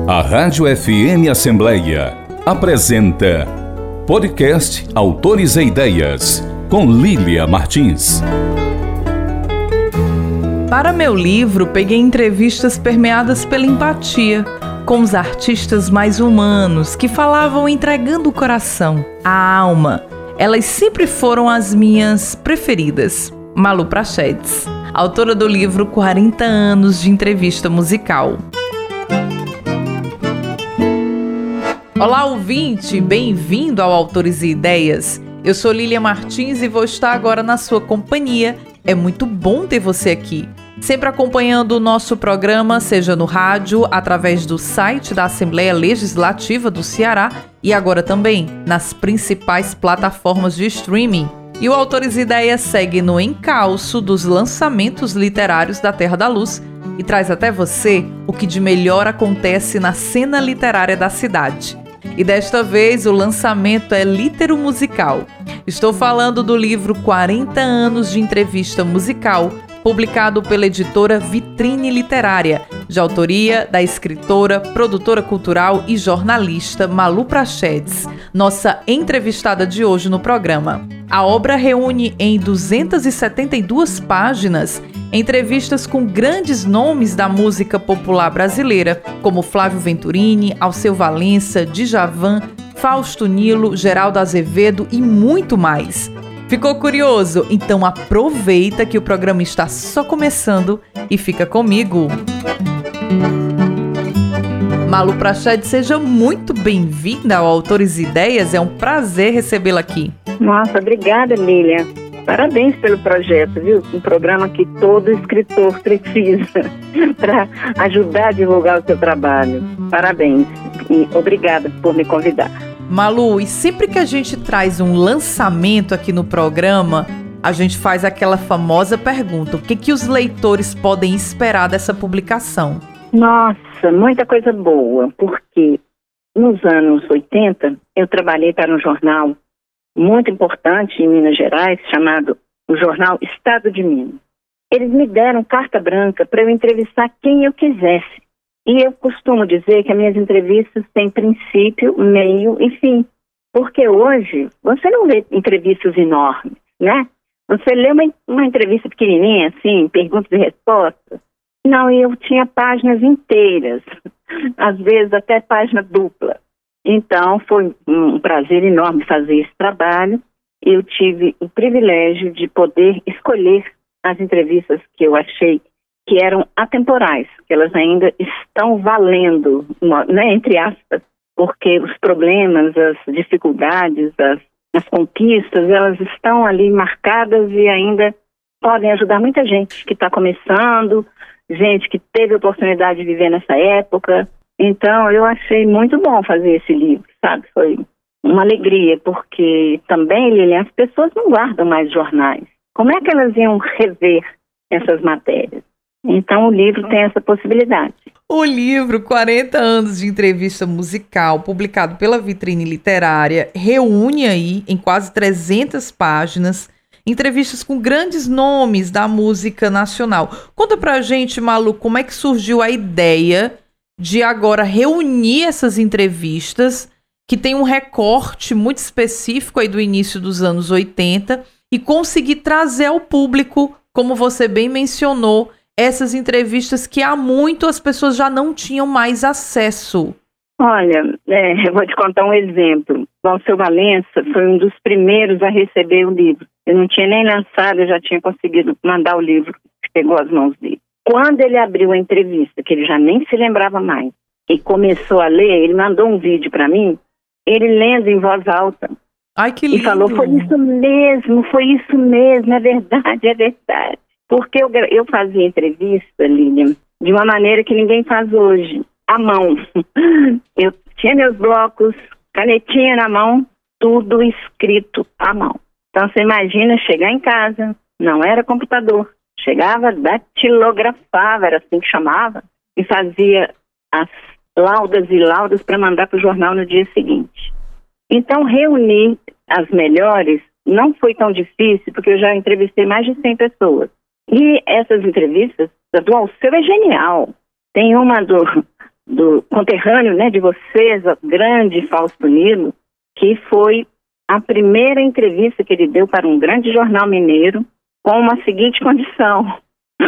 A Rádio FM Assembleia apresenta Podcast Autores e Ideias, com Lília Martins. Para meu livro, peguei entrevistas permeadas pela empatia, com os artistas mais humanos, que falavam entregando o coração, a alma. Elas sempre foram as minhas preferidas. Malu Prachedes, autora do livro 40 anos de entrevista musical. Olá, ouvinte! Bem-vindo ao Autores e Ideias. Eu sou Lília Martins e vou estar agora na sua companhia. É muito bom ter você aqui. Sempre acompanhando o nosso programa, seja no rádio, através do site da Assembleia Legislativa do Ceará e agora também nas principais plataformas de streaming. E o Autores e Ideias segue no encalço dos lançamentos literários da Terra da Luz e traz até você o que de melhor acontece na cena literária da cidade. E desta vez o lançamento é Litero Musical. Estou falando do livro 40 anos de entrevista musical, publicado pela editora Vitrine Literária, de autoria da escritora, produtora cultural e jornalista Malu Prachedes, nossa entrevistada de hoje no programa. A obra reúne em 272 páginas entrevistas com grandes nomes da música popular brasileira, como Flávio Venturini, Alceu Valença, Djavan, Fausto Nilo, Geraldo Azevedo e muito mais. Ficou curioso? Então aproveita que o programa está só começando e fica comigo. Malu Prachedes, seja muito bem-vinda ao Autores e Ideias, é um prazer recebê-la aqui. Nossa, obrigada, Lília. Parabéns pelo projeto, viu? Um programa que todo escritor precisa para ajudar a divulgar o seu trabalho. Parabéns e obrigada por me convidar. Malu, e sempre que a gente traz um lançamento aqui no programa, a gente faz aquela famosa pergunta: o que os leitores podem esperar dessa publicação? Nossa, muita coisa boa, porque nos anos 80 eu trabalhei para um jornal muito importante em Minas Gerais, chamado o Jornal Estado de Minas. Eles me deram carta branca para eu entrevistar quem eu quisesse. E eu costumo dizer que as minhas entrevistas têm princípio, meio e fim. Porque hoje você não vê entrevistas enormes, né? Você lê uma entrevista pequenininha, assim, perguntas e respostas. Não, eu tinha páginas inteiras, às vezes até página dupla. Então, foi um prazer enorme fazer esse trabalho. Eu tive o privilégio de poder escolher as entrevistas que eu achei que eram atemporais, que elas ainda estão valendo, né, entre aspas, porque os problemas, as dificuldades, as conquistas, elas estão ali marcadas e ainda podem ajudar muita gente que está começando, gente que teve a oportunidade de viver nessa época. Então, eu achei muito bom fazer esse livro, sabe? Foi uma alegria, porque também, Lilian, as pessoas não guardam mais jornais. Como é que elas iam rever essas matérias? Então, o livro tem essa possibilidade. O livro 40 anos de entrevista musical, publicado pela Vitrine Literária, reúne aí, em quase 300 páginas, entrevistas com grandes nomes da música nacional. Conta pra gente, Malu, como é que surgiu a ideia de agora reunir essas entrevistas, que tem um recorte muito específico aí do início dos anos 80, e conseguir trazer ao público, como você bem mencionou, essas entrevistas que há muito as pessoas já não tinham mais acesso. Olha, eu vou te contar um exemplo. O Alceu Valença foi um dos primeiros a receber o livro. Eu não tinha nem lançado, eu já tinha conseguido mandar o livro, chegou às mãos dele. Quando ele abriu a entrevista, que ele já nem se lembrava mais, e começou a ler, ele mandou um vídeo para mim, ele lendo em voz alta. Ai, que lindo! E falou, foi isso mesmo, é verdade. Porque eu fazia entrevista, Lilian, de uma maneira que ninguém faz hoje, à mão. Eu tinha meus blocos, canetinha na mão, tudo escrito à mão. Então você imagina chegar em casa, não era computador, chegava, datilografava, era assim que chamava, e fazia as laudas e laudas para mandar para o jornal no dia seguinte. Então reunir as melhores não foi tão difícil, porque eu já entrevistei mais de 100 pessoas. E essas entrevistas, a do Alceu é genial. Tem uma do conterrâneo, né, de vocês, o grande Fausto Nilo, que foi a primeira entrevista que ele deu para um grande jornal mineiro com uma seguinte condição.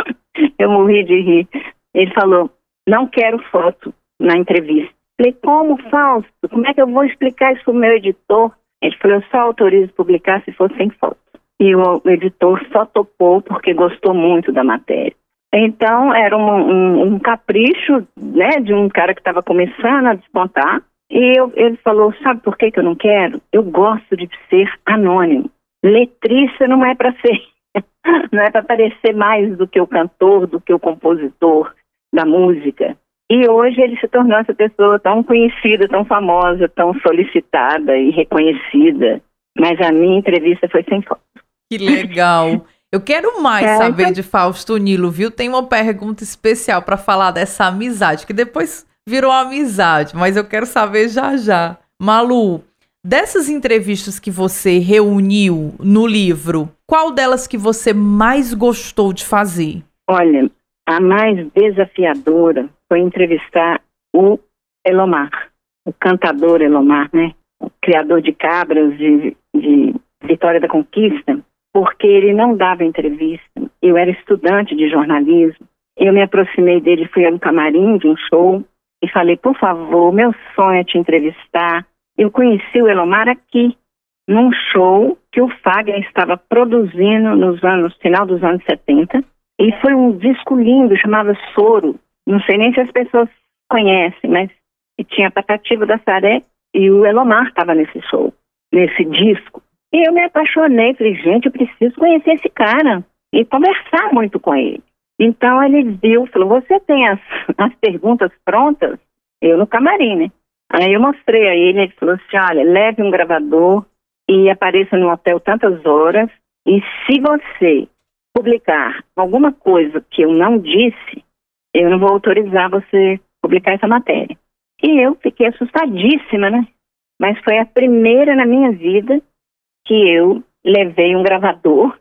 Eu morri de rir. Ele falou, não quero foto na entrevista. Falei, como, Fausto? Como é que eu vou explicar isso para o meu editor? Ele falou, eu só autorizo publicar se for sem foto. E o editor só topou porque gostou muito da matéria. Então, era um capricho, né, de um cara que estava começando a despontar. E ele falou, sabe por que eu não quero? Eu gosto de ser anônimo. Letrista não é para ser, não é para parecer mais do que o cantor, do que o compositor da música. E hoje ele se tornou essa pessoa tão conhecida, tão famosa, tão solicitada e reconhecida. Mas a minha entrevista foi sem foto. Que legal. Eu quero mais saber de Fausto Nilo, viu? Tem uma pergunta especial para falar dessa amizade, que depois virou amizade, mas eu quero saber já já. Malu, dessas entrevistas que você reuniu no livro, qual delas que você mais gostou de fazer? Olha, a mais desafiadora foi entrevistar o Elomar, o cantador Elomar, né? O criador de Cabras, de Vitória da Conquista, porque ele não dava entrevista. Eu era estudante de jornalismo. Eu me aproximei dele, fui no camarim de um show e falei, por favor, meu sonho é te entrevistar. Eu conheci o Elomar aqui, num show que o Fagner estava produzindo no final dos anos 70. E foi um disco lindo, chamava Soro. Não sei nem se as pessoas conhecem, mas tinha Patativa da Saré e o Elomar estava nesse show, nesse disco. E eu me apaixonei, falei, gente, eu preciso conhecer esse cara e conversar muito com ele. Então ele viu, falou, você tem as perguntas prontas? Eu no camarim, né? Aí eu mostrei a ele falou assim, olha, leve um gravador e apareça no hotel tantas horas, e se você publicar alguma coisa que eu não disse, eu não vou autorizar você publicar essa matéria. E eu fiquei assustadíssima, né? Mas foi a primeira na minha vida que eu levei um gravador.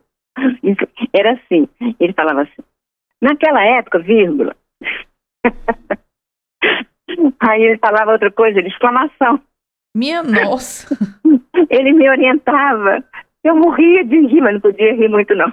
Era assim, ele falava assim, naquela época, vírgula. Aí ele falava outra coisa, exclamação. Minha nossa! Ele me orientava. Eu morria de rir, mas não podia rir muito, não.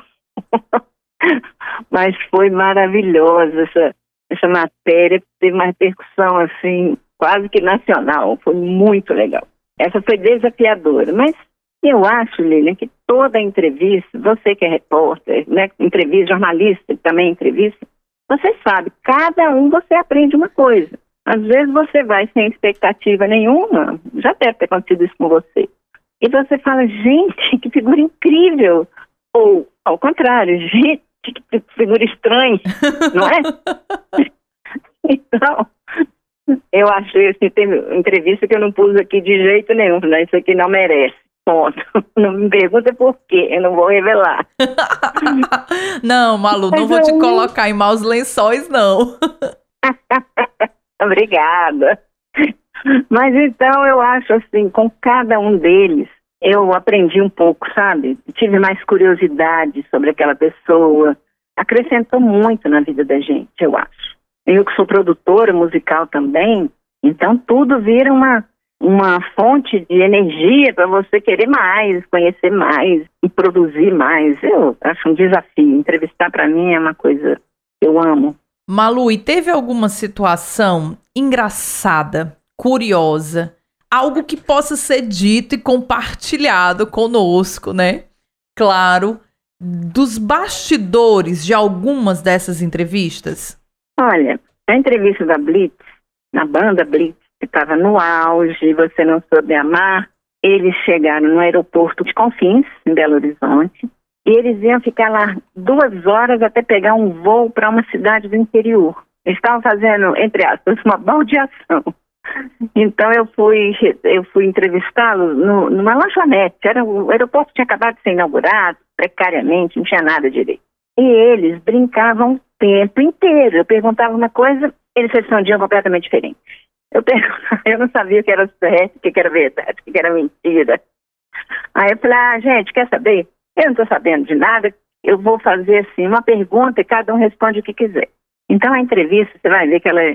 Mas foi maravilhosa essa matéria, teve uma repercussão assim, quase que nacional, foi muito legal. Essa foi desafiadora, mas eu acho, Lilian, que toda entrevista, você que é repórter, né, entrevista, jornalista, também entrevista, você sabe, cada um você aprende uma coisa. Às vezes você vai sem expectativa nenhuma, já deve ter acontecido isso com você. E você fala, gente, que figura incrível. Ou, ao contrário, gente, que figura estranha, não é? Então, eu achei assim, tem entrevista que eu não pus aqui de jeito nenhum, né? Isso aqui não merece. Ponto. Não me pergunta por quê, eu não vou revelar. Não, Malu, não vou te colocar em maus lençóis, não. Obrigada. Mas então eu acho assim, com cada um deles, eu aprendi um pouco, sabe? Tive mais curiosidade sobre aquela pessoa. Acrescentou muito na vida da gente, eu acho. Eu que sou produtora musical também, então tudo vira uma fonte de energia para você querer mais, conhecer mais e produzir mais. Eu acho um desafio. Entrevistar para mim é uma coisa que eu amo. Malu, e teve alguma situação engraçada, curiosa, algo que possa ser dito e compartilhado conosco, né? Claro, dos bastidores de algumas dessas entrevistas? Olha, a entrevista da Blitz, na banda Blitz, que estava no auge, Você Não Soube Amar, eles chegaram no aeroporto de Confins, em Belo Horizonte, e eles iam ficar lá 2 horas até pegar um voo para uma cidade do interior. Eles estavam fazendo, entre aspas, uma baldeação. Então eu fui entrevistá-los numa lanchonete. O aeroporto tinha acabado de ser inaugurado, precariamente, não tinha nada direito. E eles brincavam o tempo inteiro. Eu perguntava uma coisa, eles respondiam completamente diferente. Eu não sabia o que era certo, o que era verdade, o que era mentira. Aí eu falei, gente, quer saber? Eu não estou sabendo de nada, eu vou fazer assim uma pergunta e cada um responde o que quiser. Então a entrevista, você vai ver que ela é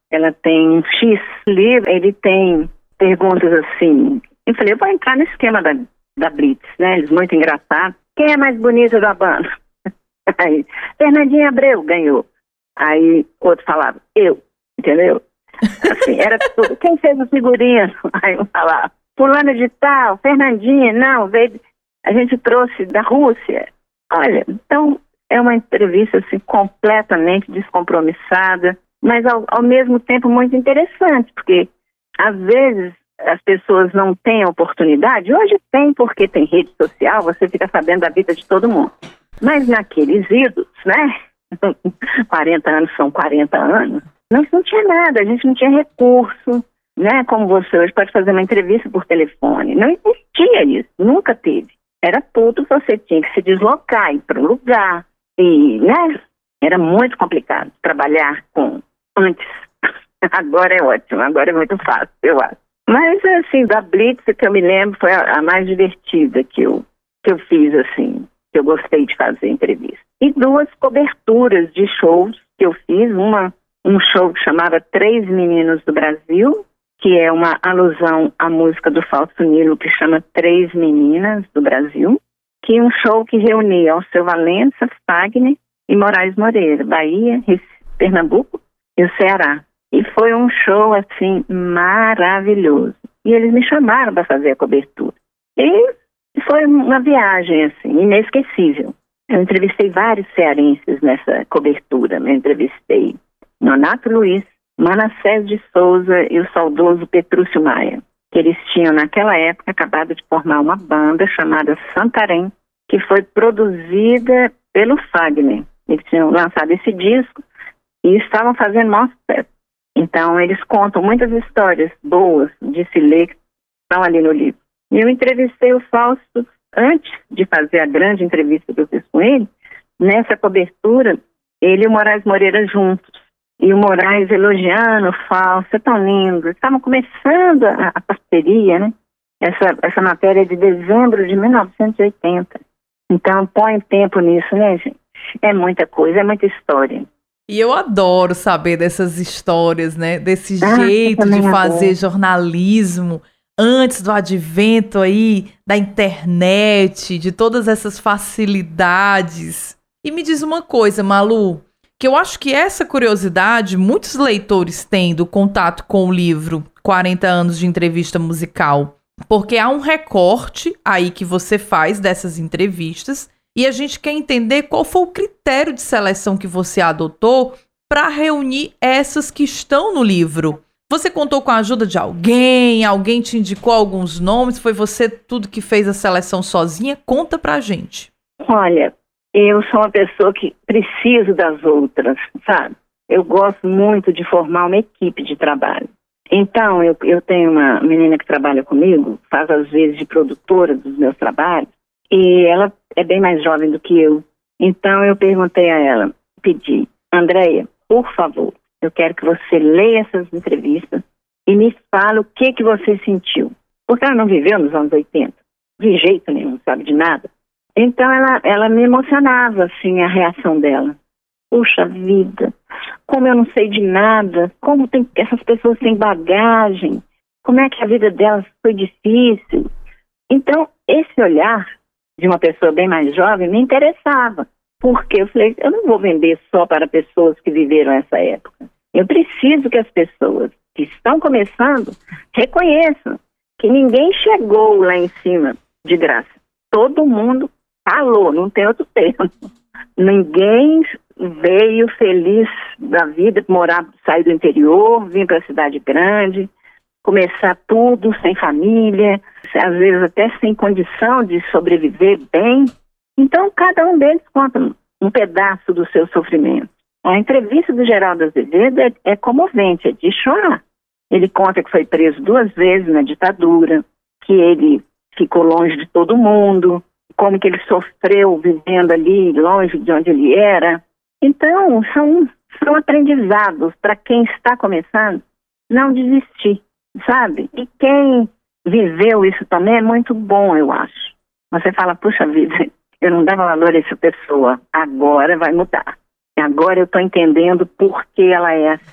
ela tem um X livro, ele tem perguntas assim. Eu falei, eu vou entrar no esquema da Blitz, né? Eles muito engraçados. Quem é mais bonita da banda? Aí, Fernandinha Abreu ganhou. Aí outro falava, eu, entendeu? Assim, era tudo. Quem fez o figurino? Aí um falava, fulano de tal, Fernandinha, não, veio, a gente trouxe da Rússia. Olha, então é uma entrevista assim, completamente descompromissada, mas ao mesmo tempo muito interessante, porque às vezes as pessoas não têm a oportunidade. Hoje tem, porque tem rede social, você fica sabendo da vida de todo mundo. Mas naqueles idos, né? 40 anos são 40 anos. Não tinha nada, a gente não tinha recurso, né? Como você hoje pode fazer uma entrevista por telefone. Não existia isso, nunca teve. Era tudo, você tinha que se deslocar, ir para um lugar. E, né? Era muito complicado trabalhar com antes. Agora é ótimo, agora é muito fácil, eu acho. Mas, assim, da Blitz, que eu me lembro, foi a mais divertida que eu fiz, assim, que eu gostei de fazer entrevista. E 2 coberturas de shows que eu fiz, um show que chamava Três Meninos do Brasil, que é uma alusão à música do Fausto Nilo, que chama Três Meninas do Brasil, que é um show que reunia Alceu Valença, Fagner e Moraes Moreira, Bahia, Pernambuco e o Ceará. E foi um show, assim, maravilhoso. E eles me chamaram para fazer a cobertura. E foi uma viagem, assim, inesquecível. Eu entrevistei vários cearenses nessa cobertura. Eu entrevistei Nonato Luiz, Manassés de Souza e o saudoso Petrúcio Maia, que eles tinham, naquela época, acabado de formar uma banda chamada Santarém, que foi produzida pelo Fagner. Eles tinham lançado esse disco e estavam fazendo maior sucesso. Então, eles contam muitas histórias boas de se ler que estão ali no livro. E eu entrevistei o Fausto antes de fazer a grande entrevista que eu fiz com ele. Nessa cobertura, ele e o Moraes Moreira juntos. E o Moraes elogiando o Fausto, é tão lindo. Estavam começando a parceria, né? Essa matéria é de dezembro de 1980. Então, põe tempo nisso, né, gente? É muita coisa, é muita história. E eu adoro saber dessas histórias, né? Desse jeito de fazer jornalismo antes do advento aí da internet, de todas essas facilidades. E me diz uma coisa, Malu, que eu acho que essa curiosidade muitos leitores têm do contato com o livro 40 anos de entrevista musical, porque há um recorte aí que você faz dessas entrevistas. E a gente quer entender qual foi o critério de seleção que você adotou para reunir essas que estão no livro. Você contou com a ajuda de alguém? Alguém te indicou alguns nomes? Foi você tudo que fez a seleção sozinha? Conta pra gente. Olha, eu sou uma pessoa que preciso das outras, sabe? Eu gosto muito de formar uma equipe de trabalho. Então, eu tenho uma menina que trabalha comigo, faz às vezes de produtora dos meus trabalhos, e ela é bem mais jovem do que eu. Então eu perguntei a ela, pedi, Andréia, por favor, eu quero que você leia essas entrevistas e me fale o que você sentiu. Porque ela não viveu nos anos 80, de jeito nenhum, sabe de nada. Então ela me emocionava, assim, a reação dela. Puxa vida, como eu não sei de nada, como essas pessoas têm bagagem, como é que a vida delas foi difícil. Então, esse olhar de uma pessoa bem mais jovem me interessava, porque eu falei, eu não vou vender só para pessoas que viveram essa época. Eu preciso que as pessoas que estão começando reconheçam que ninguém chegou lá em cima de graça. Todo mundo falou, não tem outro termo. Ninguém veio feliz da vida, sair do interior, vir para a cidade grande, começar tudo sem família, às vezes até sem condição de sobreviver bem. Então, cada um deles conta um pedaço do seu sofrimento. A entrevista do Geraldo Azevedo é comovente, é de chorar. Ele conta que foi preso 2 vezes na ditadura, que ele ficou longe de todo mundo, como que ele sofreu vivendo ali, longe de onde ele era. Então, são aprendizados para quem está começando, não desistir, sabe? E quem viveu isso também é muito bom, eu acho. Você fala, puxa vida, eu não dava valor a essa pessoa, agora vai mudar. Agora eu estou entendendo por que ela é assim.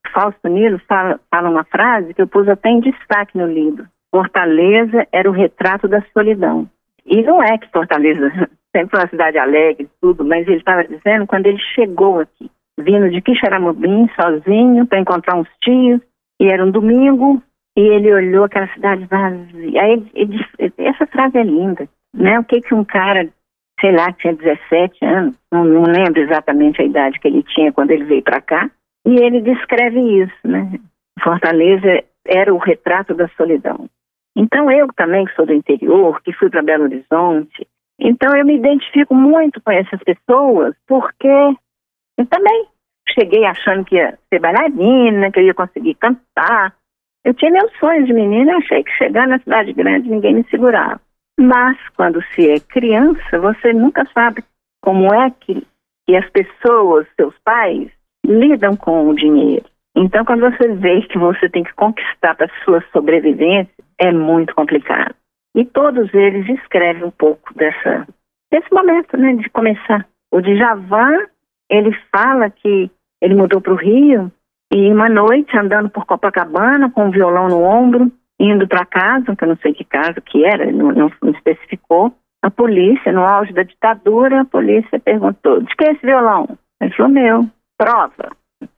Fausto Nilo fala uma frase que eu pus até em destaque no livro. Fortaleza era o retrato da solidão. E não é que Fortaleza sempre foi uma cidade alegre, tudo, mas ele estava dizendo quando ele chegou aqui, vindo de Quixeramobim, sozinho, para encontrar uns tios, e era um domingo, e ele olhou aquela cidade vazia. Aí essa frase é linda, né? O que um cara, sei lá, tinha 17 anos, não lembro exatamente a idade que ele tinha quando ele veio para cá, e ele descreve isso, né? Fortaleza era o retrato da solidão. Então eu também, que sou do interior, que fui para Belo Horizonte, então eu me identifico muito com essas pessoas, porque eu também cheguei achando que ia ser bailarina, que eu ia conseguir cantar. Eu tinha meus sonhos de menina, achei que chegar na cidade grande ninguém me segurava. Mas quando se é criança, você nunca sabe como é que as pessoas, seus pais, lidam com o dinheiro. Então quando você vê que você tem que conquistar para a sua sobrevivência, é muito complicado. E todos eles escrevem um pouco desse momento, né, de começar. O Djavan, ele fala que ele mudou para o Rio e uma noite andando por Copacabana com um violão no ombro, indo para casa, que eu não sei que casa que era, não especificou. A polícia, no auge da ditadura, a polícia perguntou, de que é esse violão? Ele falou, meu, prova.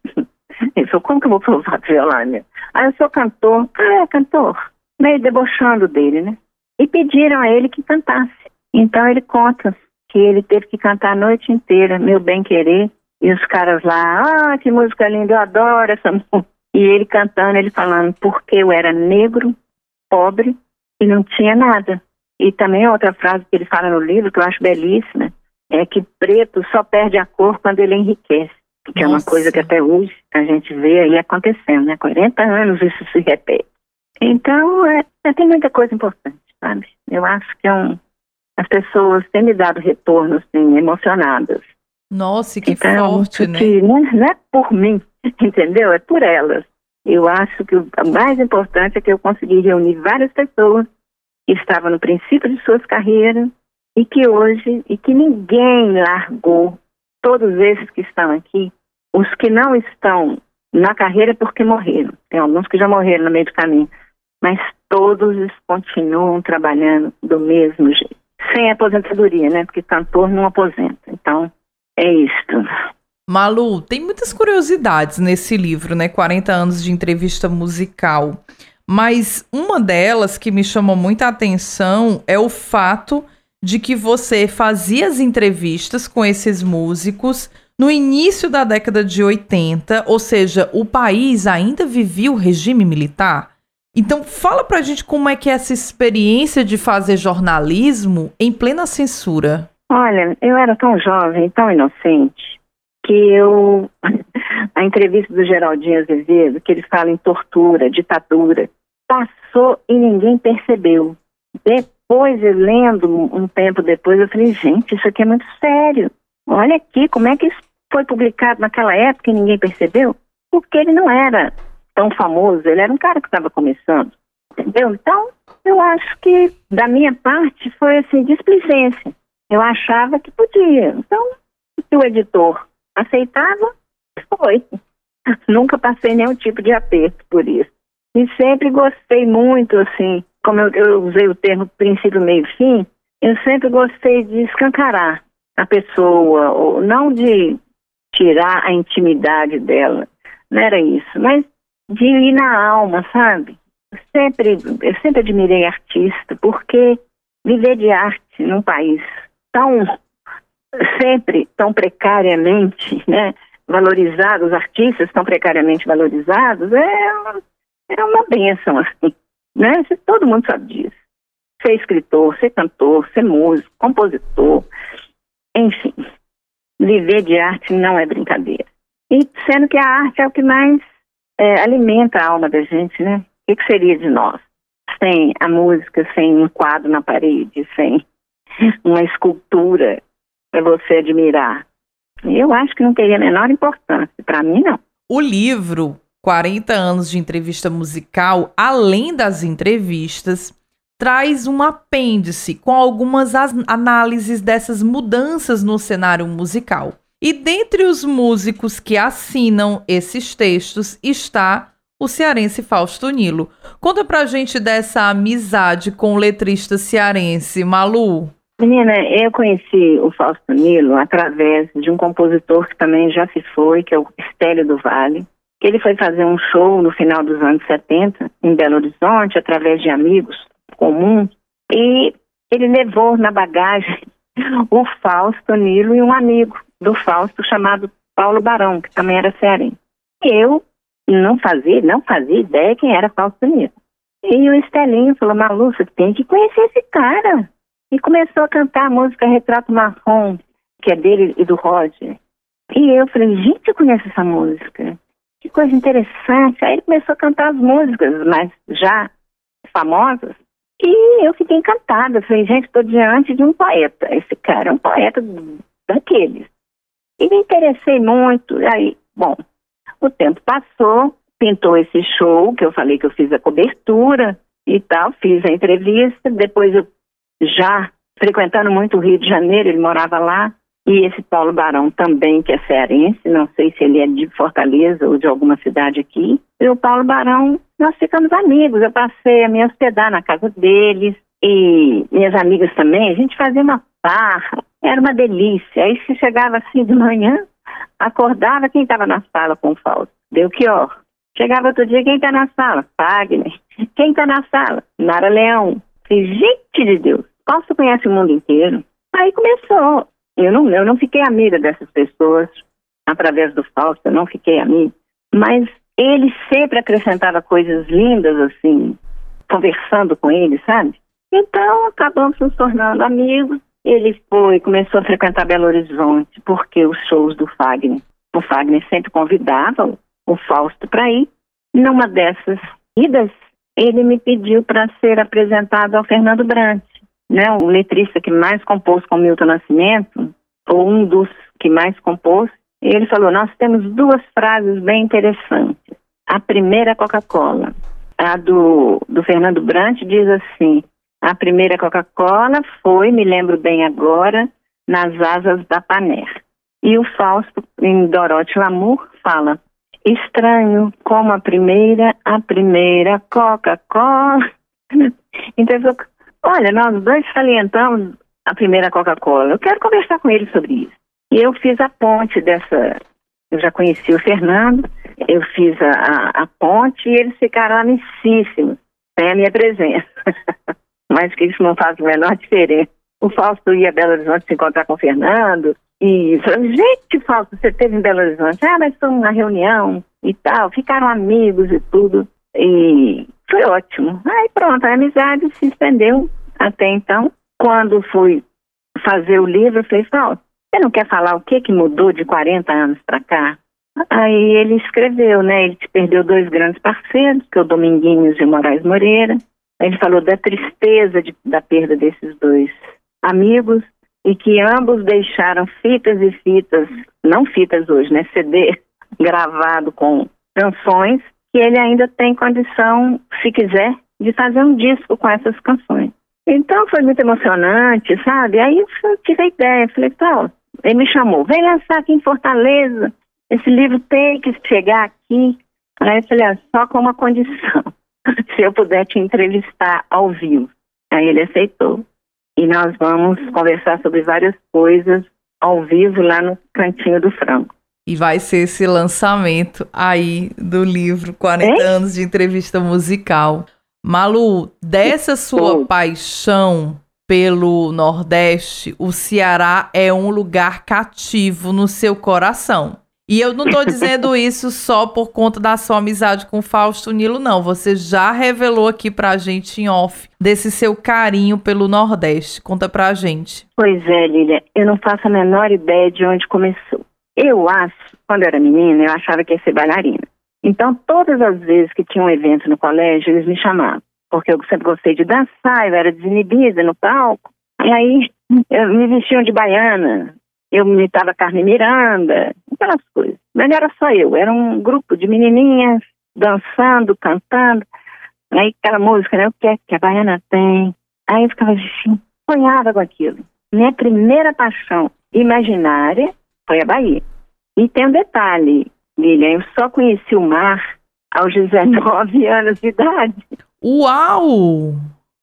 Ele falou, como que eu vou provar que violão é meu? Aí eu sou cantor. Ah, é cantor. Meio debochando dele, né? E pediram a ele que cantasse. Então ele conta que ele teve que cantar a noite inteira, Meu Bem Querer, e os caras lá, que música linda, eu adoro essa música. E ele cantando, ele falando, porque eu era negro, pobre, e não tinha nada. E também outra frase que ele fala no livro, que eu acho belíssima, é que preto só perde a cor quando ele enriquece. Que é uma coisa que até hoje a gente vê aí acontecendo, né? 40 anos isso se repete. Então, tem muita coisa importante, sabe? Eu acho que as pessoas têm me dado retornos, assim, emocionadas. Nossa, que então, forte, né? Não é por mim, entendeu? É por elas. Eu acho que o mais importante é que eu consegui reunir várias pessoas que estavam no princípio de suas carreiras e que hoje, e que ninguém largou. Todos esses que estão aqui, os que não estão na carreira porque morreram. Tem alguns que já morreram no meio do caminho. Mas todos continuam trabalhando do mesmo jeito. Sem aposentadoria, né? Porque cantor não aposenta. Então, é isto. Malu, tem muitas curiosidades nesse livro, né? 40 anos de entrevista musical. Mas uma delas que me chamou muita atenção é o fato de que você fazia as entrevistas com esses músicos no início da década de 80, ou seja, o país ainda vivia o regime militar. Então, fala pra gente como é que é essa experiência de fazer jornalismo em plena censura. Olha, eu era tão jovem, tão inocente, que a entrevista do Geraldinho Azevedo, que ele fala em tortura, ditadura, passou e ninguém percebeu. Depois, eu lendo um tempo depois, eu falei, gente, isso aqui é muito sério. Olha aqui, como é que isso foi publicado naquela época e ninguém percebeu? Porque ele não era tão famoso, ele era um cara que estava começando, entendeu? Então, eu acho que, da minha parte, foi assim, displicência. Eu achava que podia. Então, se o editor aceitava, foi. Nunca passei nenhum tipo de aperto por isso. E sempre gostei muito, assim, como eu usei o termo princípio, meio, fim, eu sempre gostei de escancarar a pessoa, ou não de tirar a intimidade dela, não era isso, mas de ir na alma, sabe? Eu sempre admirei artista, porque viver de arte num país sempre tão precariamente, né, valorizado, os artistas tão precariamente valorizados, é uma bênção, assim, né? Todo mundo sabe disso. Ser escritor, ser cantor, ser músico, compositor, enfim, viver de arte não é brincadeira. E sendo que a arte é o que mais alimenta a alma da gente, né? O que seria de nós sem a música, sem um quadro na parede, sem uma escultura para você admirar? Eu acho que não teria a menor importância. Para mim, não. O livro 40 anos de entrevista musical, além das entrevistas, traz um apêndice com algumas análises dessas mudanças no cenário musical. E dentre os músicos que assinam esses textos está o cearense Fausto Nilo. Conta pra gente dessa amizade com o letrista cearense, Malu. Menina, eu conheci o Fausto Nilo através de um compositor que também já se foi, que é o Estélio do Vale, que ele foi fazer um show no final dos anos 70 em Belo Horizonte, através de amigos comuns, e ele levou na bagagem o Fausto Nilo e um amigo do Fausto chamado Paulo Barão, que também era cearense. Eu não fazia ideia quem era Fausto Nilo. E o Estelinho falou: Malu, você tem que conhecer esse cara. E começou a cantar a música Retrato Marrom, que é dele e do Roger. E eu falei: gente, eu conheço essa música. Que coisa interessante. Aí ele começou a cantar as músicas, mas já famosas. E eu fiquei encantada. Falei: gente, estou diante de um poeta. Esse cara é um poeta daqueles. E me interessei muito. Aí, bom, o tempo passou, pintou esse show, que eu falei que eu fiz a cobertura e tal, fiz a entrevista. Depois eu, já frequentando muito o Rio de Janeiro, ele morava lá. E esse Paulo Barão também, que é cearense, não sei se ele é de Fortaleza ou de alguma cidade aqui. E o Paulo Barão, nós ficamos amigos. Eu passei a me hospedar na casa deles. E minhas amigas também, a gente fazia uma farra. Era uma delícia. Aí se chegava assim de manhã, acordava, quem estava na sala com o Fausto? Belchior. Chegava outro dia, quem está na sala? Fagner. Quem está na sala? Nara Leão. E, gente de Deus, Fausto conhece o mundo inteiro. Aí começou. Eu não fiquei amiga dessas pessoas através do Fausto, eu não fiquei amiga. Mas ele sempre acrescentava coisas lindas, assim, conversando com ele, sabe? Então, acabamos nos tornando amigos. Ele começou a frequentar Belo Horizonte, porque os shows do Fagner, o Fagner sempre convidava o Fausto para ir. Numa dessas idas, ele me pediu para ser apresentado ao Fernando Brant, né, o letrista que mais compôs com Milton Nascimento, ou um dos que mais compôs. Ele falou: nós temos duas frases bem interessantes. A primeira, Coca-Cola. A do Fernando Brant diz assim: a primeira Coca-Cola foi, me lembro bem agora, nas asas da Paner. E o Fausto, em Dorote Lamour, fala: estranho como a primeira Coca-Cola. Então, olha, nós dois salientamos a primeira Coca-Cola. Eu quero conversar com ele sobre isso. E eu fiz a ponte dessa... Eu já conheci o Fernando, eu fiz a ponte e eles ficaram amicíssimos, sem a minha presença. Mas que isso não faz a menor diferença. O Fausto ia a Belo Horizonte se encontrar com o Fernando e falou: gente, Fausto, você esteve em Belo Horizonte? Ah, mas foi uma reunião e tal. Ficaram amigos e tudo. E foi ótimo. Aí pronto, a amizade se estendeu até então. Quando fui fazer o livro, eu falei: Fausto, você não quer falar o que mudou de 40 anos para cá? Aí ele escreveu, né? Ele perdeu dois grandes parceiros, que é o Dominguinhos e o Moraes Moreira. Ele falou da tristeza da perda desses dois amigos e que ambos deixaram fitas e fitas, não fitas hoje, né? CD gravado com canções, que ele ainda tem condição, se quiser, de fazer um disco com essas canções. Então foi muito emocionante, sabe? Aí eu tive a ideia, falei: tal, ele me chamou, vem lançar aqui em Fortaleza, esse livro tem que chegar aqui. Aí eu falei: só com uma condição, se eu puder te entrevistar ao vivo. Aí ele aceitou. E nós vamos conversar sobre várias coisas ao vivo lá no Cantinho do Frango. E vai ser esse lançamento aí do livro 40 anos de entrevista musical. Malu, dessa sua paixão pelo Nordeste, o Ceará é um lugar cativo no seu coração. E eu não estou dizendo isso só por conta da sua amizade com Fausto Nilo, não. Você já revelou aqui pra gente em off desse seu carinho pelo Nordeste. Conta pra gente. Pois é, Lília, eu não faço a menor ideia de onde começou. Eu acho, quando eu era menina, eu achava que ia ser bailarina. Então, todas as vezes que tinha um evento no colégio, eles me chamavam. Porque eu sempre gostei de dançar, eu era desinibida no palco. E aí, me vestiam de baiana. Eu imitava Carmen Miranda, aquelas coisas. Mas não era só eu, era um grupo de menininhas dançando, cantando. Aí aquela música, né? O que é que a baiana tem? Aí eu ficava assim, sonhava com aquilo. Minha primeira paixão imaginária foi a Bahia. E tem um detalhe, Lilian, eu só conheci o mar aos 19 anos de idade. Uau!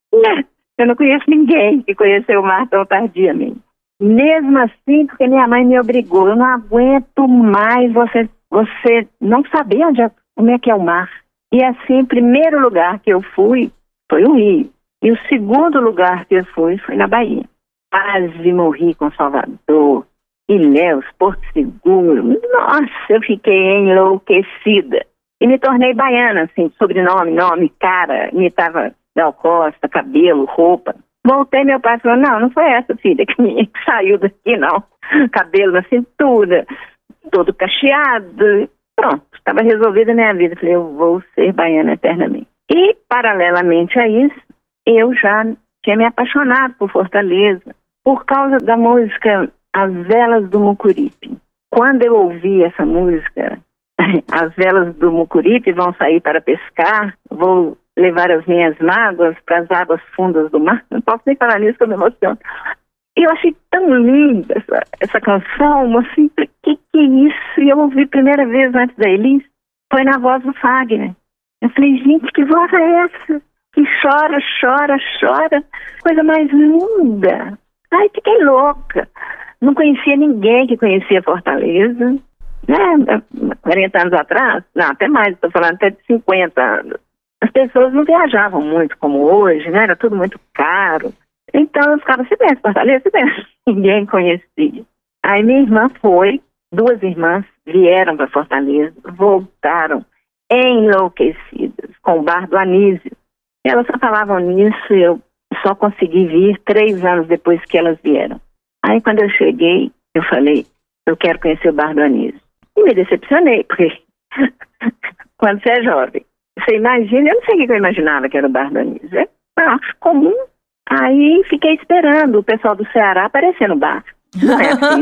Eu não conheço ninguém que conheceu o mar tão tardiamente. Mesmo assim, porque minha mãe me obrigou, eu não aguento mais você não saber como é que é o mar. E assim, o primeiro lugar que eu fui foi o Rio. E o segundo lugar que eu fui foi na Bahia. Quase morri com Salvador, Ilhéus, Porto Seguro. Nossa, eu fiquei enlouquecida. E me tornei baiana, assim, sobrenome, nome, cara, imitava Gal Costa, cabelo, roupa. Voltei, meu pai falou, não foi essa filha que saiu daqui, não. Cabelo na cintura, todo cacheado. Pronto, estava resolvida a minha vida. Falei, eu vou ser baiana eternamente. E, paralelamente a isso, eu já tinha me apaixonado por Fortaleza, por causa da música As Velas do Mucuripe. Quando eu ouvi essa música, As Velas do Mucuripe vão sair para pescar, vou levar as minhas mágoas para as águas fundas do mar. Não posso nem falar nisso, que eu me emociono. E eu achei tão linda essa canção, assim, que é isso? E eu ouvi a primeira vez antes da Elis, foi na voz do Fagner. Eu falei, gente, que voz é essa? Que chora, chora, chora. Coisa mais linda. Ai, fiquei louca. Não conhecia ninguém que conhecia Fortaleza. Né? 40 anos atrás, não, até mais, estou falando até de 50 anos. As pessoas não viajavam muito como hoje, né? Era tudo muito caro. Então eu ficava, você conhece Fortaleza? Você conhece? Ninguém conhecia. Aí minha irmã foi, 2 irmãs vieram para Fortaleza, voltaram enlouquecidas com o bar do Anísio. Elas só falavam nisso, eu só consegui vir 3 anos depois que elas vieram. Aí quando eu cheguei, eu falei, eu quero conhecer o bar do Anísio. E me decepcionei, porque quando você é jovem, você imagina, eu não sei o que eu imaginava que era o bar do Anísio. É acho comum. Aí fiquei esperando o pessoal do Ceará aparecer no bar. Não é assim,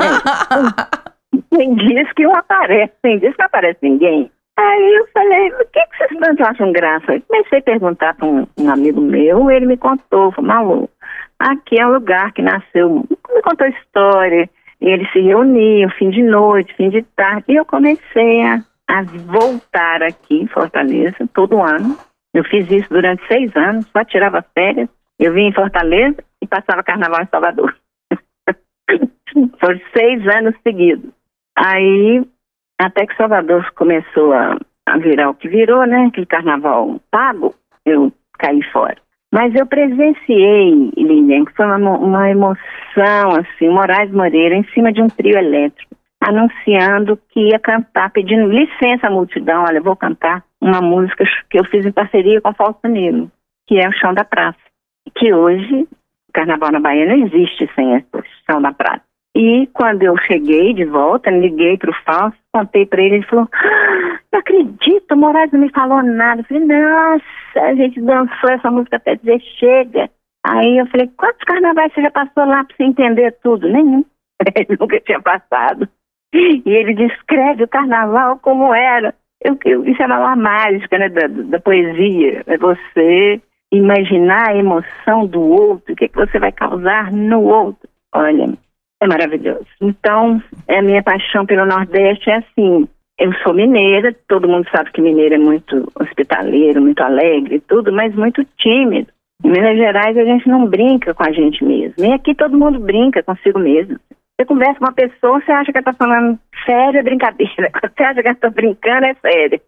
né? Tem dias que não aparece, tem dias que não aparece ninguém. Aí eu falei, o que vocês tanto acham graça? Eu comecei a perguntar para um amigo meu, ele me contou, falou, Malu, aqui é o lugar que nasceu, me contou a história, e eles se reuniam, fim de noite, fim de tarde, e eu comecei a voltar aqui em Fortaleza todo ano. Eu fiz isso durante 6 anos, só tirava férias, eu vim em Fortaleza e passava carnaval em Salvador. Foram 6 anos seguidos. Aí, até que Salvador começou a virar o que virou, né? Aquele carnaval pago, eu caí fora. Mas eu presenciei, Lilian, que foi uma emoção, assim, Moraes Moreira em cima de um trio elétrico, anunciando que ia cantar, pedindo licença à multidão, olha, eu vou cantar uma música que eu fiz em parceria com o Fausto Nilo, que é o Chão da Praça, que hoje, o Carnaval na Bahia não existe sem esse Chão da Praça. E quando eu cheguei de volta, liguei para o Fausto, contei para ele falou, não acredito, o Moraes não me falou nada. Eu falei, nossa, a gente dançou essa música até dizer chega. Aí eu falei, quantos carnavais você já passou lá para você entender tudo? Nenhum. Ele nunca tinha passado. E ele descreve o carnaval como era. Isso é uma mágica, né, da poesia. É você imaginar a emoção do outro, o que você vai causar no outro. Olha, é maravilhoso. Então, a minha paixão pelo Nordeste é assim, eu sou mineira, todo mundo sabe que mineiro é muito hospitaleiro, muito alegre e tudo, mas muito tímido. Em Minas Gerais a gente não brinca com a gente mesmo. E aqui todo mundo brinca consigo mesmo. Você conversa com uma pessoa, você acha que ela está falando sério, é brincadeira. Quando você acha que ela está brincando, é sério.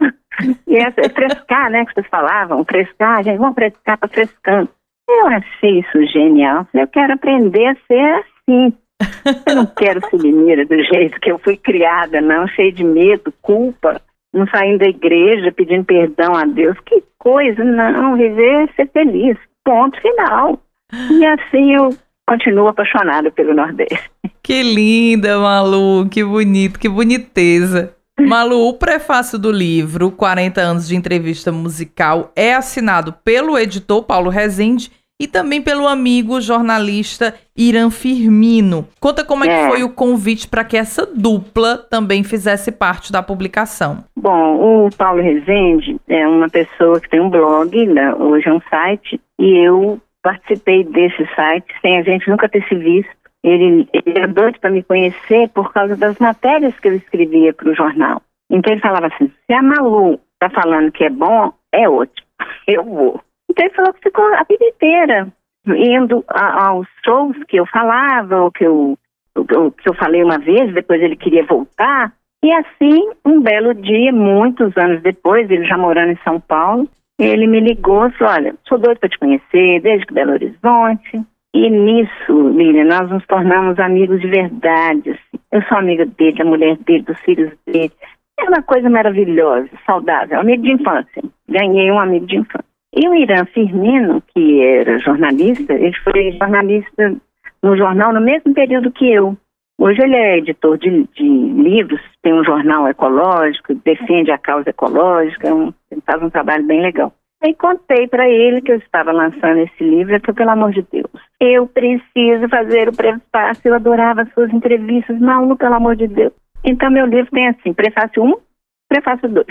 E é frescar, né, que vocês falavam, frescar, gente, vamos frescar, tá frescando. Eu achei isso genial. Eu quero aprender a ser assim. Eu não quero ser mineira do jeito que eu fui criada, não, cheia de medo, culpa, não saindo da igreja pedindo perdão a Deus. Que coisa, não, viver é ser feliz, ponto final. E assim eu continuo apaixonada pelo Nordeste. Que linda, Malu, que bonito, que boniteza. Malu, o prefácio do livro 40 anos de entrevista musical é assinado pelo editor Paulo Rezende e também pelo amigo jornalista Irã Firmino. Conta como é que foi o convite para que essa dupla também fizesse parte da publicação. Bom, o Paulo Rezende é uma pessoa que tem um blog, né, hoje é um site, e eu participei desse site sem a gente nunca ter se visto. Ele era doido para me conhecer por causa das matérias que eu escrevia para o jornal. Então ele falava assim, se a Malu está falando que é bom, é ótimo, eu vou. Então ele falou que ficou a vida inteira indo aos shows que eu falava, ou que eu falei uma vez, depois ele queria voltar. E assim, um belo dia, muitos anos depois, ele já morando em São Paulo, ele me ligou e falou, olha, sou doido para te conhecer, desde Belo Horizonte. E nisso, Lília, nós nos tornamos amigos de verdade. Assim. Eu sou amiga dele, da mulher dele, dos filhos dele. É uma coisa maravilhosa, saudável, amigo de infância. Ganhei um amigo de infância. E o Irã Firmino, que era jornalista, ele foi jornalista no jornal no mesmo período que eu. Hoje ele é editor de livros, tem um jornal ecológico, defende a causa ecológica, ele faz um trabalho bem legal. Aí contei para ele que eu estava lançando esse livro, que pelo amor de Deus, eu preciso fazer o prefácio, eu adorava as suas entrevistas, Malu, pelo amor de Deus. Então meu livro tem assim, prefácio 1, prefácio 2.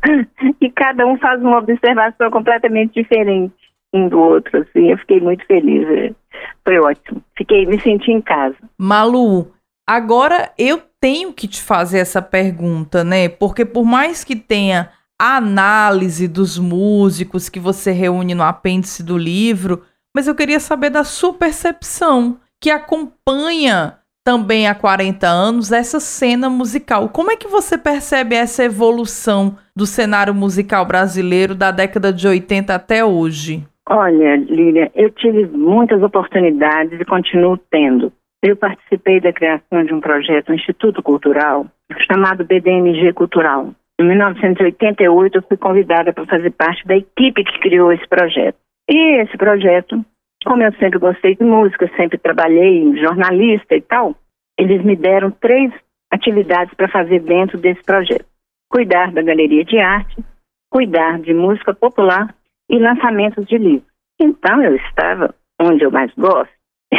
E cada um faz uma observação completamente diferente um do outro, assim, eu fiquei muito feliz, foi ótimo, me senti em casa. Malu, agora eu tenho que te fazer essa pergunta, né, porque por mais que tenha a análise dos músicos que você reúne no apêndice do livro, mas eu queria saber da sua percepção, que acompanha também há 40 anos essa cena musical. Como é que você percebe essa evolução do cenário musical brasileiro da década de 80 até hoje? Olha, Lília, eu tive muitas oportunidades e continuo tendo. Eu participei da criação de um projeto, um Instituto Cultural, chamado BDMG Cultural. Em 1988, eu fui convidada para fazer parte da equipe que criou esse projeto. E esse projeto, como eu sempre gostei de música, sempre trabalhei jornalista e tal, eles me deram 3 atividades para fazer dentro desse projeto. Cuidar da galeria de arte, cuidar de música popular e lançamentos de livros. Então, eu estava onde eu mais gosto.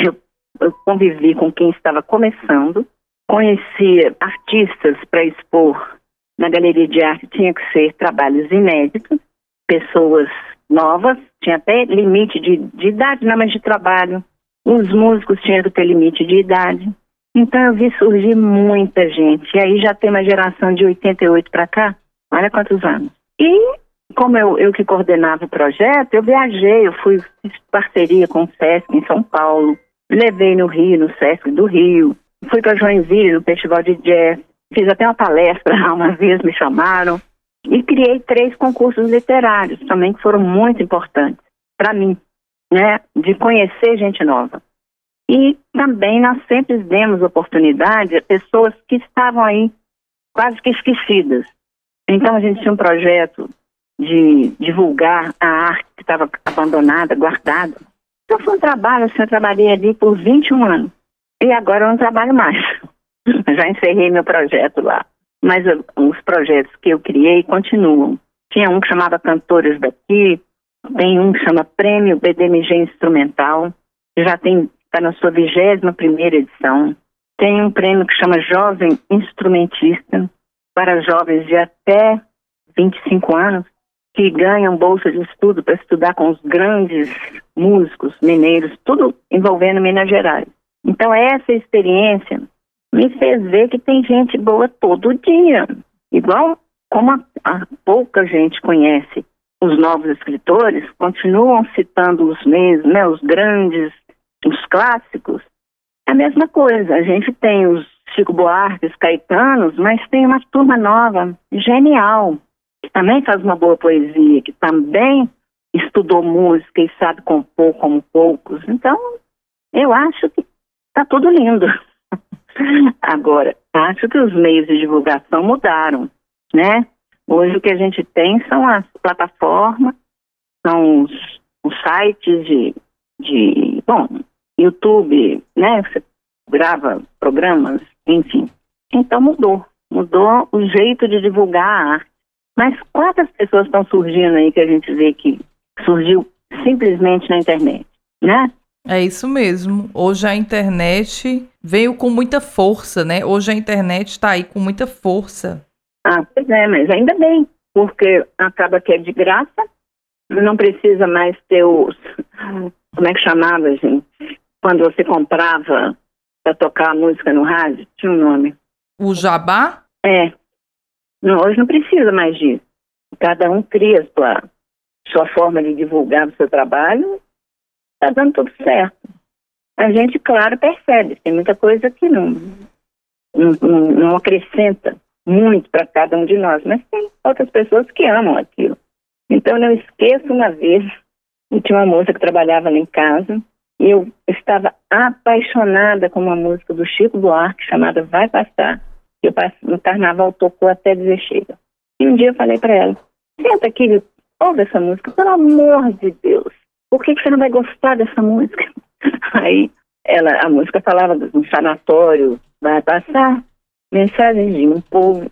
Eu convivi com quem estava começando, conhecia artistas para expor na galeria de arte, tinha que ser trabalhos inéditos, pessoas novas, tinha até limite de idade, não, mas de trabalho. Os músicos tinham que ter limite de idade. Então eu vi surgir muita gente. E aí já tem uma geração de 88 para cá, olha quantos anos. E como eu que coordenava o projeto, eu viajei, eu fiz parceria com o Sesc em São Paulo, levei no Rio, no Sesc do Rio, fui para Joinville, no Festival de Jazz, fiz até uma palestra lá uma vez, me chamaram, e criei 3 concursos literários também, que foram muito importantes para mim, né, de conhecer gente nova. E também nós sempre demos oportunidade a pessoas que estavam aí quase que esquecidas. Então a gente tinha um projeto de divulgar a arte que estava abandonada, guardada. Então foi um trabalho, assim, eu trabalhei ali por 21 anos. E agora eu não trabalho mais. Já encerrei meu projeto lá. Mas os projetos que eu criei continuam. Tinha um que chamava Cantores Daqui, tem um que chama Prêmio BDMG Instrumental, que já está na sua 21ª edição. Tem um prêmio que chama Jovem Instrumentista, para jovens de até 25 anos, que ganham bolsa de estudo para estudar com os grandes músicos mineiros, tudo envolvendo Minas Gerais. Então essa experiência me fez ver que tem gente boa todo dia. Igual como a pouca gente conhece os novos escritores, continuam citando os mesmos, né, os grandes, os clássicos. É a mesma coisa, a gente tem os Chico Buarque, os Caetanos, mas tem uma turma nova, genial, que também faz uma boa poesia, que também estudou música e sabe compor como poucos. Então, eu acho que está tudo lindo. Agora, acho que os meios de divulgação mudaram, né? Hoje o que a gente tem são as plataformas, são os sites de YouTube, né? Você grava programas, enfim. Então mudou o jeito de divulgar a arte. Mas quantas pessoas estão surgindo aí que a gente vê que surgiu simplesmente na internet, né? É isso mesmo. Hoje a internet veio com muita força, né? Hoje a internet está aí com muita força. Ah, pois é, mas ainda bem, porque acaba que é de graça, não precisa mais ter os... Como é que chamava, gente? Quando você comprava para tocar a música no rádio, tinha um nome. O jabá? É. Não, hoje não precisa mais disso. Cada um cria sua forma de divulgar o seu trabalho, está dando tudo certo. A gente, claro, percebe. Tem muita coisa que não acrescenta muito para cada um de nós, mas tem outras pessoas que amam aquilo. Então, eu não esqueço uma vez, tinha uma moça que trabalhava lá em casa, e eu estava apaixonada com uma música do Chico Buarque, chamada Vai Passar. No carnaval tocou até dizer chega. E um dia eu falei para ela, senta aqui, ouve essa música, pelo amor de Deus, por que você não vai gostar dessa música? Aí a música falava de um sanatório, vai passar, mensagens de um povo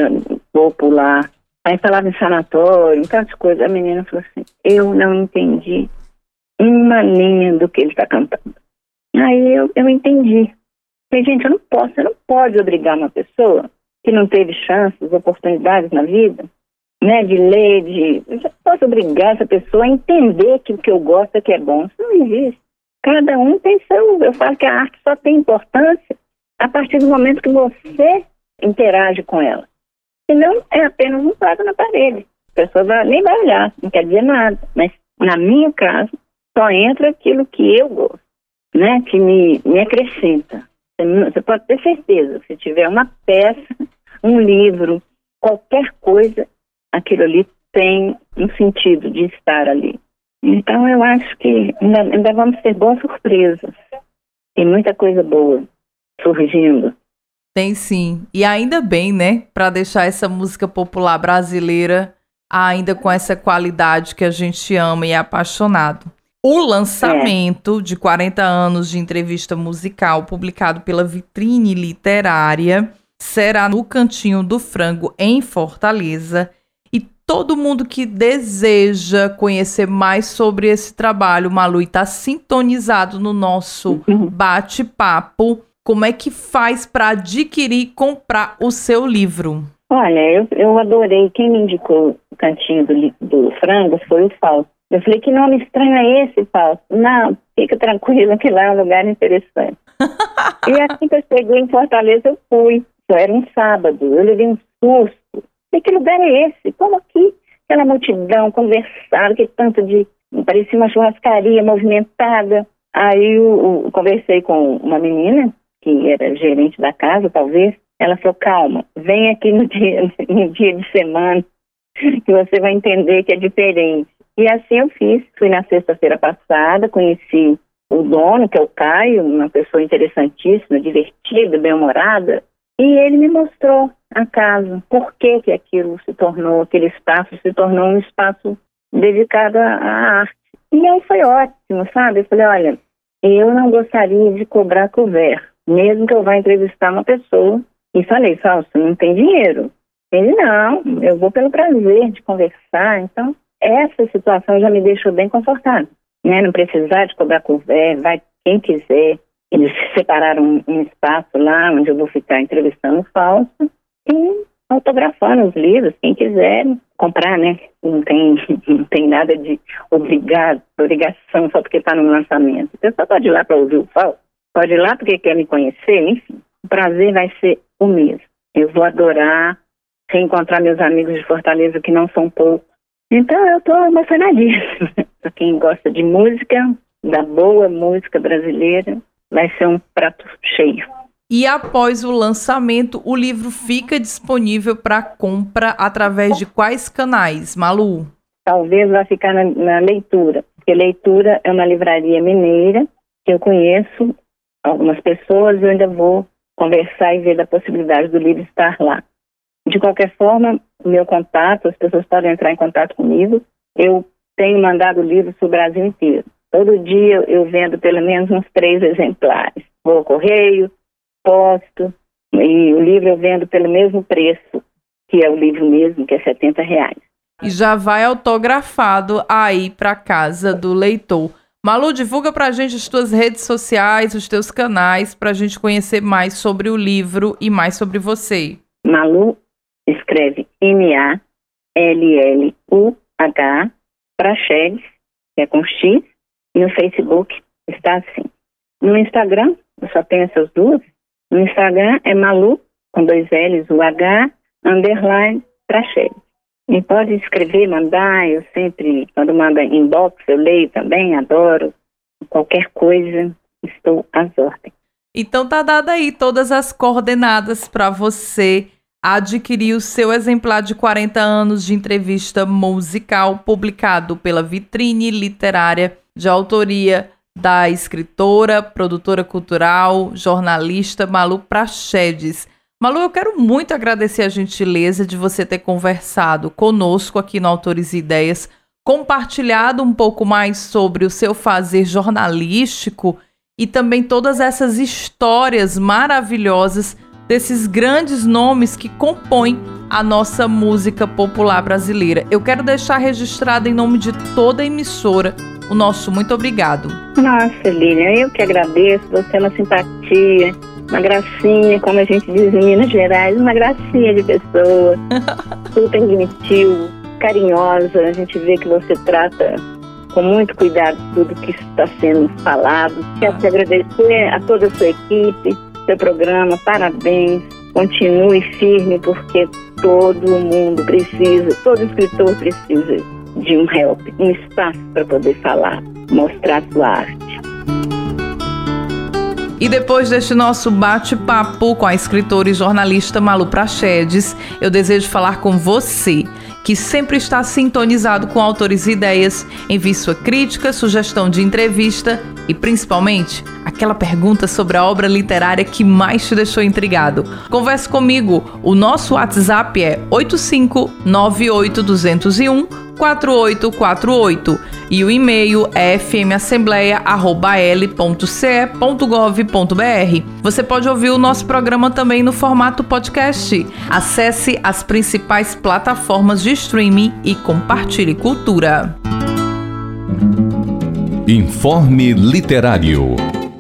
popular. Aí falava em sanatório, um tanto de coisa. A menina falou assim, eu não entendi uma linha do que ele está cantando. Aí eu entendi. Falei, gente, você não pode obrigar uma pessoa que não teve chances, oportunidades na vida, né, de ler, eu não posso obrigar essa pessoa a entender que o que eu gosto é que é bom. Isso não existe. Cada um tem seu... Eu falo que a arte só tem importância a partir do momento que você interage com ela. Senão é apenas um quadro na parede. A pessoa nem vai olhar, não quer dizer nada. Mas, na minha casa, só entra aquilo que eu gosto, né? Que me acrescenta. Você pode ter certeza, se tiver uma peça, um livro, qualquer coisa, aquilo ali tem um sentido de estar ali. Então, eu acho que ainda vamos ter boas surpresas. Tem muita coisa boa surgindo. Tem sim. E ainda bem, né? Para deixar essa música popular brasileira ainda com essa qualidade que a gente ama e é apaixonado. O lançamento de 40 anos de entrevista musical publicado pela Vitrine Literária será no Cantinho do Frango, em Fortaleza. E todo mundo que deseja conhecer mais sobre esse trabalho, Malu, e está sintonizado no nosso bate-papo, como é que faz para adquirir e comprar o seu livro? Olha, eu adorei. Quem me indicou o Cantinho do Frango foi o Fausto. Eu falei, que nome estranho é esse, Fausto? Não, fica tranquilo que lá é um lugar interessante. E assim que eu cheguei em Fortaleza, eu fui. Era um sábado, eu levei um susto. Falei, que lugar é esse? Como aqui? Aquela multidão, conversando, que tanto de... Parecia uma churrascaria movimentada. Aí eu conversei com uma menina, que era gerente da casa, talvez. Ela falou, calma, vem aqui no dia de semana, que você vai entender que é diferente. E assim eu fiz. Fui na sexta-feira passada, conheci o dono, que é o Caio, uma pessoa interessantíssima, divertida, bem-humorada, e ele me mostrou a casa, por que aquilo se tornou, aquele espaço se tornou um espaço dedicado à arte. E aí foi ótimo, sabe? Eu falei, olha, eu não gostaria de cobrar couvert, mesmo que eu vá entrevistar uma pessoa. E falei, Fausto, não tem dinheiro. Ele, não, eu vou pelo prazer de conversar. Então, essa situação já me deixou bem confortável, né? Não precisar de cobrar couvert, vai quem quiser. Eles separaram um espaço lá onde eu vou ficar entrevistando o Fausto e autografando os livros, quem quiser comprar, né? Não tem nada de obrigação só porque está no lançamento. A pessoa pode ir lá para ouvir o Fausto, pode ir lá porque quer me conhecer, enfim. O prazer vai ser o mesmo. Eu vou adorar reencontrar meus amigos de Fortaleza, que não são poucos. Então eu estou emocionadíssima. Para quem gosta de música, da boa música brasileira, vai ser um prato cheio. E após o lançamento, o livro fica disponível para compra através de quais canais, Malu? Talvez vá ficar na Leitura, porque Leitura é uma livraria mineira, que eu conheço algumas pessoas e eu ainda vou conversar e ver da possibilidade do livro estar lá. De qualquer forma, o meu contato, as pessoas podem entrar em contato comigo. Eu tenho mandado livros para o Brasil inteiro. Todo dia eu vendo pelo menos uns 3 exemplares. Vou ao correio, posto, e o livro eu vendo pelo mesmo preço, que é o livro mesmo, que é R$70. E já vai autografado aí para casa do leitor. Malu, divulga pra gente as tuas redes sociais, os teus canais, pra gente conhecer mais sobre o livro e mais sobre você. Malu escreve Malluh, Praxedes, que é com X, e no Facebook está assim. No Instagram, eu só tenho essas duas. No Instagram é Malu, com 2 L's, o H, _ Praxedes. E pode escrever, mandar, eu sempre, quando manda inbox, eu leio também, adoro. Qualquer coisa, estou às ordens. Então tá dada aí todas as coordenadas para você adquirir o seu exemplar de 40 anos de entrevista musical publicado pela Vitrine Literária, de autoria da escritora, produtora cultural, jornalista Malu Praxedes. Malu, eu quero muito agradecer a gentileza de você ter conversado conosco aqui no Autores e Ideias, compartilhado um pouco mais sobre o seu fazer jornalístico e também todas essas histórias maravilhosas desses grandes nomes que compõem a nossa música popular brasileira. Eu quero deixar registrado em nome de toda a emissora o nosso muito obrigado. Nossa, Lilian, eu que agradeço. Você é uma simpatia, uma gracinha, como a gente diz em Minas Gerais, uma gracinha de pessoa, super gentil, carinhosa. A gente vê que você trata com muito cuidado tudo que está sendo falado. Quero te agradecer a toda a sua equipe, seu programa, parabéns. Continue firme, porque todo mundo precisa, todo escritor precisa de um help, um espaço para poder falar, mostrar sua arte. E depois deste nosso bate-papo com a escritora e jornalista Malu Praxedes, eu desejo falar com você, que sempre está sintonizado com Autores e Ideias. Envie sua crítica, sugestão de entrevista e, principalmente, aquela pergunta sobre a obra literária que mais te deixou intrigado. Converse comigo. O nosso WhatsApp é 8598-201-4848 e o e-mail é fmassembleia@l.ce.gov.br. Você pode ouvir o nosso programa também no formato podcast. Acesse as principais plataformas de streaming e compartilhe cultura. Informe Literário.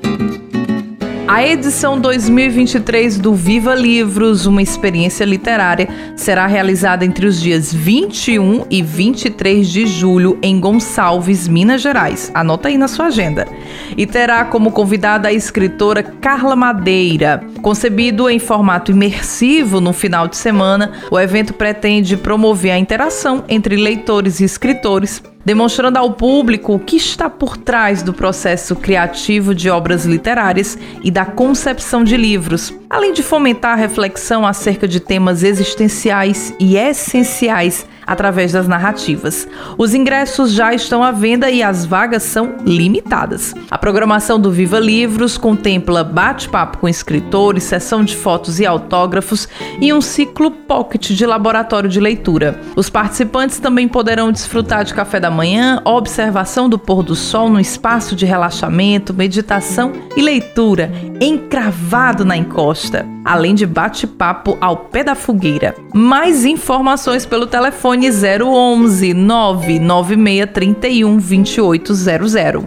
A edição 2023 do Viva Livros, uma experiência literária, será realizada entre os dias 21 e 23 de julho em Gonçalves, Minas Gerais. Anota aí na sua agenda. E terá como convidada a escritora Carla Madeira. Concebido em formato imersivo no final de semana, o evento pretende promover a interação entre leitores e escritores, demonstrando ao público o que está por trás do processo criativo de obras literárias e da concepção de livros, além de fomentar a reflexão acerca de temas existenciais e essenciais através das narrativas. Os ingressos já estão à venda e as vagas são limitadas. A programação do Viva Livros contempla bate-papo com escritores, sessão de fotos e autógrafos e um ciclo pocket de laboratório de leitura. Os participantes também poderão desfrutar de café da manhã, observação do pôr do sol no espaço de relaxamento, meditação e leitura encravado na encosta, além de bate-papo ao pé da fogueira. Mais informações pelo telefone 011 996 31 2800.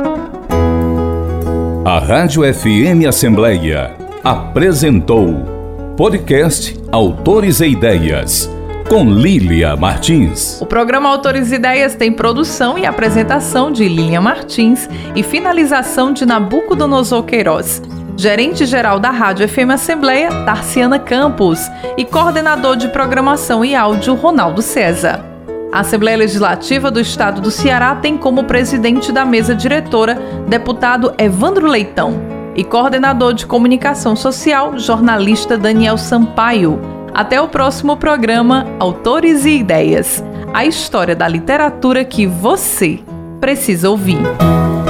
A Rádio FM Assembleia apresentou podcast Autores e Ideias, com Lília Martins. O programa Autores e Ideias tem produção e apresentação de Lília Martins e finalização de Nabucodonosor Queiroz. Gerente-geral da Rádio FM Assembleia, Tarciana Campos, e coordenador de programação e áudio, Ronaldo César. A Assembleia Legislativa do Estado do Ceará tem como presidente da mesa diretora deputado Evandro Leitão e coordenador de comunicação social, jornalista Daniel Sampaio. Até o próximo programa Autores e Ideias, a história da literatura que você precisa ouvir.